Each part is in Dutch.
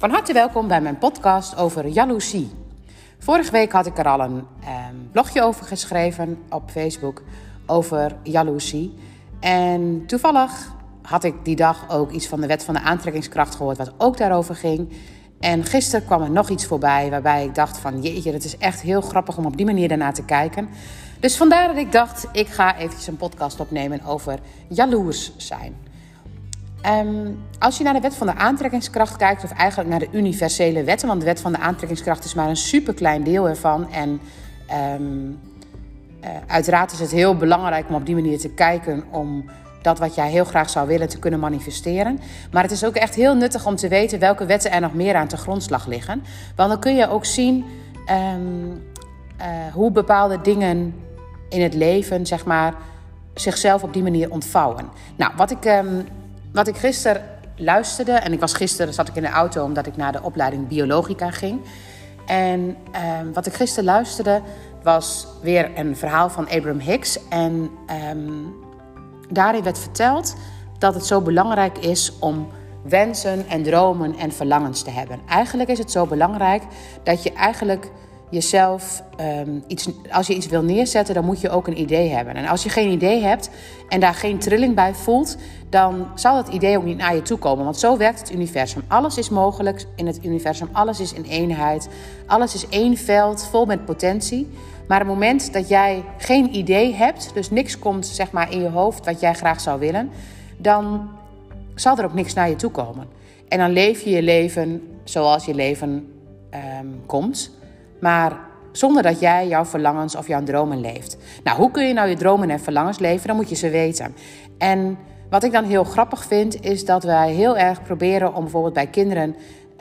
Van harte welkom bij mijn podcast over jaloezie. Vorige week had ik er al een blogje over geschreven op Facebook over jaloezie. En toevallig had ik die dag ook iets van de wet van de aantrekkingskracht gehoord wat ook daarover ging. En gisteren kwam er nog iets voorbij waarbij ik dacht van jeetje, het is echt heel grappig om op die manier daarnaar te kijken. Dus vandaar dat ik dacht, ik ga eventjes een podcast opnemen over jaloers zijn. Als je naar de wet van de aantrekkingskracht kijkt, of eigenlijk naar de universele wetten, want de wet van de aantrekkingskracht is maar een superklein deel ervan. En uiteraard is het heel belangrijk om op die manier te kijken om dat wat jij heel graag zou willen te kunnen manifesteren. Maar het is ook echt heel nuttig om te weten welke wetten er nog meer aan te grondslag liggen. Want dan kun je ook zien hoe bepaalde dingen in het leven, zeg maar, zichzelf op die manier ontvouwen. Nou, wat ik gisteren luisterde, en gisteren zat ik in de auto omdat ik naar de opleiding biologica ging. En wat ik gisteren luisterde was weer een verhaal van Abraham Hicks. En daarin werd verteld dat het zo belangrijk is om wensen en dromen en verlangens te hebben. Eigenlijk is het zo belangrijk dat je eigenlijk jezelf, als je iets wil neerzetten, dan moet je ook een idee hebben. En als je geen idee hebt en daar geen trilling bij voelt, dan zal het idee ook niet naar je toe komen. Want zo werkt het universum. Alles is mogelijk in het universum. Alles is in eenheid. Alles is één veld vol met potentie. Maar op het moment dat jij geen idee hebt, dus niks komt zeg maar in je hoofd wat jij graag zou willen, dan zal er ook niks naar je toe komen. En dan leef je je leven zoals je leven komt, maar zonder dat jij jouw verlangens of jouw dromen leeft. Nou, hoe kun je nou je dromen en verlangens leven? Dan moet je ze weten. En wat ik dan heel grappig vind, is dat wij heel erg proberen om bijvoorbeeld bij kinderen,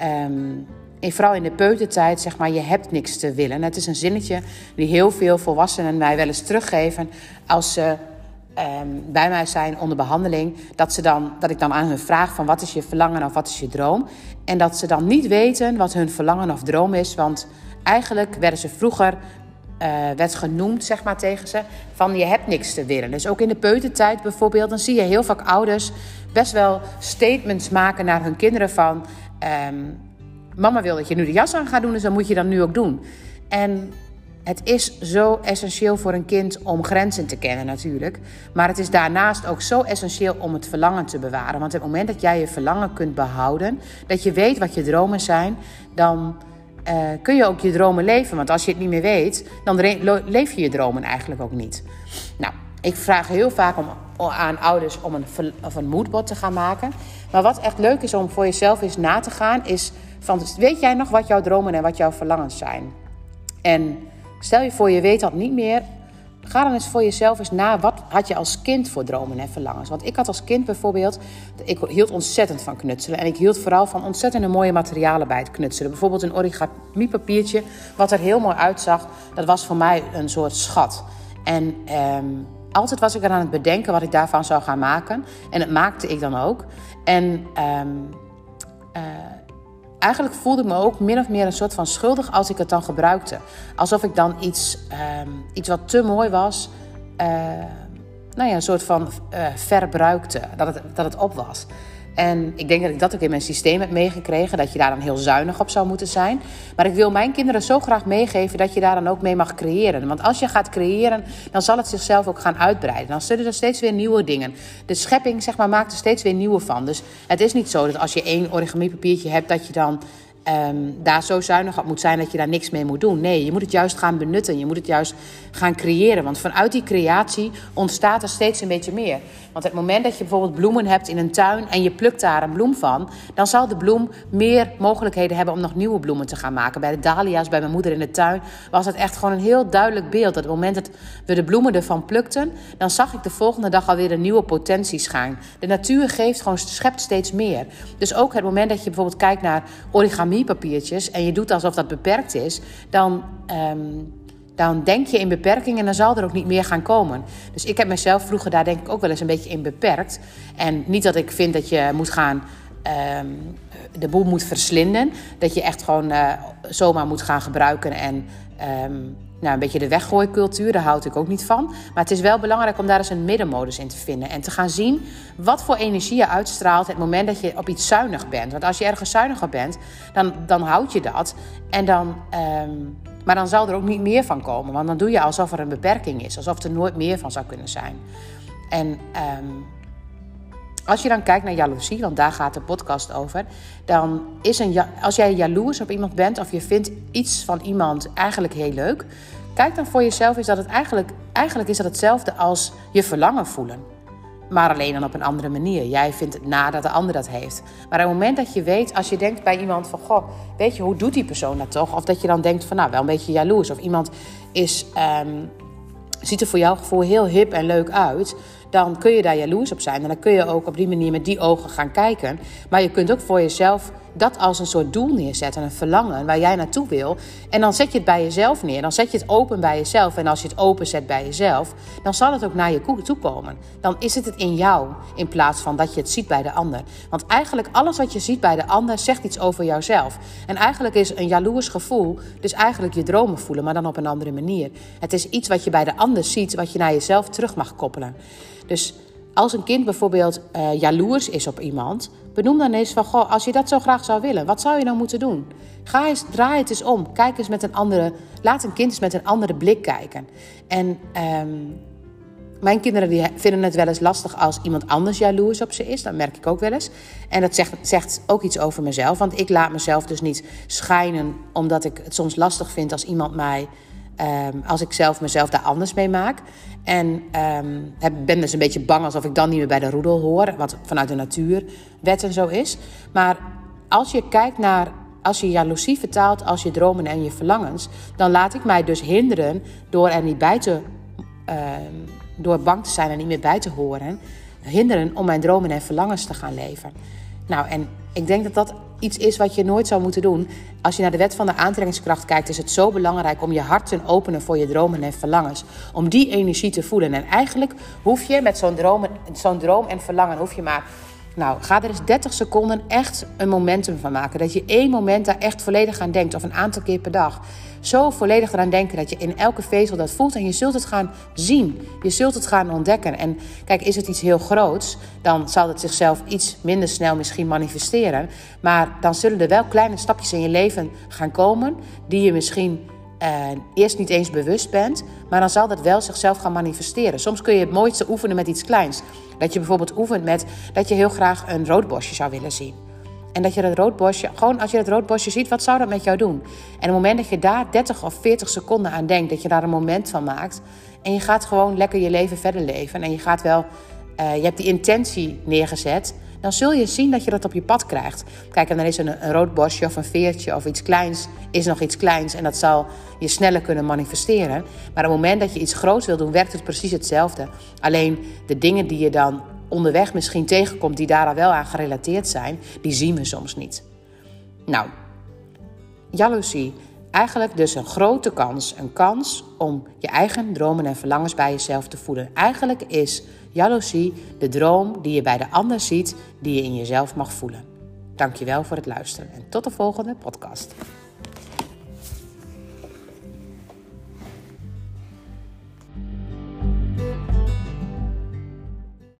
vooral in de peutertijd, zeg maar, je hebt niks te willen. Het is een zinnetje die heel veel volwassenen mij wel eens teruggeven als ze bij mij zijn onder behandeling, dat ik dan aan hun vraag van wat is je verlangen of wat is je droom? En dat ze dan niet weten wat hun verlangen of droom is, want eigenlijk werden ze vroeger werd genoemd, zeg maar, tegen ze, van je hebt niks te willen. Dus ook in de peutertijd bijvoorbeeld, dan zie je heel vaak ouders best wel statements maken naar hun kinderen van mama wil dat je nu de jas aan gaat doen, dus dan moet je dat nu ook doen. En het is zo essentieel voor een kind om grenzen te kennen natuurlijk. Maar het is daarnaast ook zo essentieel om het verlangen te bewaren. Want op het moment dat jij je verlangen kunt behouden, dat je weet wat je dromen zijn, dan kun je ook je dromen leven. Want als je het niet meer weet, dan leef je je dromen eigenlijk ook niet. Nou, ik vraag heel vaak aan ouders om een moodboard te gaan maken. Maar wat echt leuk is om voor jezelf eens na te gaan, is van, weet jij nog wat jouw dromen en wat jouw verlangens zijn? En stel je voor je weet dat niet meer, ga dan eens voor jezelf eens na, wat had je als kind voor dromen en verlangens? Want ik had als kind bijvoorbeeld, ik hield ontzettend van knutselen. En ik hield vooral van ontzettend mooie materialen bij het knutselen. Bijvoorbeeld een origami papiertje, wat er heel mooi uitzag. Dat was voor mij een soort schat. En altijd was ik er aan het bedenken wat ik daarvan zou gaan maken. En dat maakte ik dan ook. En eigenlijk voelde ik me ook min of meer een soort van schuldig als ik het dan gebruikte. Alsof ik dan iets wat te mooi was, een soort van verbruikte. Dat het op was. En ik denk dat ik dat ook in mijn systeem heb meegekregen, dat je daar dan heel zuinig op zou moeten zijn. Maar ik wil mijn kinderen zo graag meegeven dat je daar dan ook mee mag creëren. Want als je gaat creëren, dan zal het zichzelf ook gaan uitbreiden. Dan zullen er steeds weer nieuwe dingen. De schepping, zeg maar, maakt er steeds weer nieuwe van. Dus het is niet zo dat als je 1 origami papiertje hebt, dat je dan daar zo zuinig op moet zijn dat je daar niks mee moet doen. Nee, je moet het juist gaan benutten. Je moet het juist gaan creëren. Want vanuit die creatie ontstaat er steeds een beetje meer. Want het moment dat je bijvoorbeeld bloemen hebt in een tuin en je plukt daar een bloem van, dan zal de bloem meer mogelijkheden hebben om nog nieuwe bloemen te gaan maken. Bij de dahlia's, bij mijn moeder in de tuin, was het echt gewoon een heel duidelijk beeld. Dat op het moment dat we de bloemen ervan plukten, dan zag ik de volgende dag alweer een nieuwe potentie schijn. De natuur schept steeds meer. Dus ook het moment dat je bijvoorbeeld kijkt naar origami papiertjes en je doet alsof dat beperkt is, dan denk je in beperking en dan zal er ook niet meer gaan komen. Dus ik heb mezelf vroeger daar denk ik ook wel eens een beetje in beperkt. En niet dat ik vind dat je moet gaan de boel moet verslinden. Dat je echt gewoon zomaar moet gaan gebruiken en een beetje de weggooicultuur, daar houd ik ook niet van. Maar het is wel belangrijk om daar eens een middenmodus in te vinden. En te gaan zien wat voor energie je uitstraalt het moment dat je op iets zuinig bent. Want als je ergens zuiniger bent, dan houd je dat. Maar dan zal er ook niet meer van komen. Want dan doe je alsof er een beperking is. Alsof er nooit meer van zou kunnen zijn. En als je dan kijkt naar jaloezie, want daar gaat de podcast over. Dan is als jij jaloers op iemand bent of je vindt iets van iemand eigenlijk heel leuk. Kijk dan voor jezelf, is dat het eigenlijk is dat hetzelfde als je verlangen voelen. Maar alleen dan op een andere manier. Jij vindt het na dat de ander dat heeft. Maar op het moment dat je weet, als je denkt bij iemand van, goh, weet je, hoe doet die persoon dat toch? Of dat je dan denkt van, nou, wel een beetje jaloers. Of iemand ziet er voor jouw gevoel heel hip en leuk uit. Dan kun je daar jaloers op zijn. En dan kun je ook op die manier met die ogen gaan kijken. Maar je kunt ook voor jezelf dat als een soort doel neerzetten. Een verlangen waar jij naartoe wil. En dan zet je het bij jezelf neer. Dan zet je het open bij jezelf. En als je het open zet bij jezelf, dan zal het ook naar je toe komen. Dan is het in jou in plaats van dat je het ziet bij de ander. Want eigenlijk alles wat je ziet bij de ander zegt iets over jouzelf. En eigenlijk is een jaloers gevoel dus eigenlijk je dromen voelen, maar dan op een andere manier. Het is iets wat je bij de ander ziet, wat je naar jezelf terug mag koppelen. Dus als een kind bijvoorbeeld jaloers is op iemand, benoem dan eens van, goh, als je dat zo graag zou willen, wat zou je dan moeten doen? Draai het eens om. Kijk eens laat een kind eens met een andere blik kijken. En mijn kinderen die vinden het wel eens lastig als iemand anders jaloers op ze is. Dat merk ik ook wel eens. En dat zegt ook iets over mezelf. Want ik laat mezelf dus niet schijnen, omdat ik het soms lastig vind als iemand mij, als ik mezelf daar anders mee maak. En ben dus een beetje bang alsof ik dan niet meer bij de roedel hoor. Wat vanuit de natuurwet en zo is. Maar als je kijkt naar, als je jaloezie vertaalt als je dromen en je verlangens, dan laat ik mij dus hinderen door bang te zijn en niet meer bij te horen, hinderen om mijn dromen en verlangens te gaan leven. Nou, en ik denk dat dat iets is wat je nooit zou moeten doen. Als je naar de wet van de aantrekkingskracht kijkt, is het zo belangrijk om je hart te openen voor je dromen en verlangens. Om die energie te voelen. En eigenlijk hoef je met zo'n droom en verlangen, hoef je maar, ga er eens 30 seconden echt een momentum van maken. Dat je 1 moment daar echt volledig aan denkt. Of een aantal keer per dag. Zo volledig eraan denken dat je in elke vezel dat voelt. En je zult het gaan zien. Je zult het gaan ontdekken. En kijk, is het iets heel groots, dan zal het zichzelf iets minder snel misschien manifesteren. Maar dan zullen er wel kleine stapjes in je leven gaan komen die je misschien eerst niet eens bewust bent, maar dan zal dat wel zichzelf gaan manifesteren. Soms kun je het mooiste oefenen met iets kleins. Dat je bijvoorbeeld oefent met dat je heel graag een roodbosje zou willen zien. En dat je dat roodbosje, gewoon als je dat roodbosje ziet, wat zou dat met jou doen? En op het moment dat je daar 30 of 40 seconden aan denkt, dat je daar een moment van maakt, en je gaat gewoon lekker je leven verder leven, en je gaat wel, je hebt die intentie neergezet, dan zul je zien dat je dat op je pad krijgt. Kijk, en dan is een rood bosje of een veertje of iets kleins, is nog iets kleins en dat zal je sneller kunnen manifesteren. Maar op het moment dat je iets groots wil doen, werkt het precies hetzelfde. Alleen de dingen die je dan onderweg misschien tegenkomt, die daar al wel aan gerelateerd zijn, die zien we soms niet. Nou, jaloezie. Eigenlijk dus een grote kans. Een kans om je eigen dromen en verlangens bij jezelf te voelen. Eigenlijk is jaloezie de droom die je bij de ander ziet, die je in jezelf mag voelen. Dankjewel voor het luisteren en tot de volgende podcast.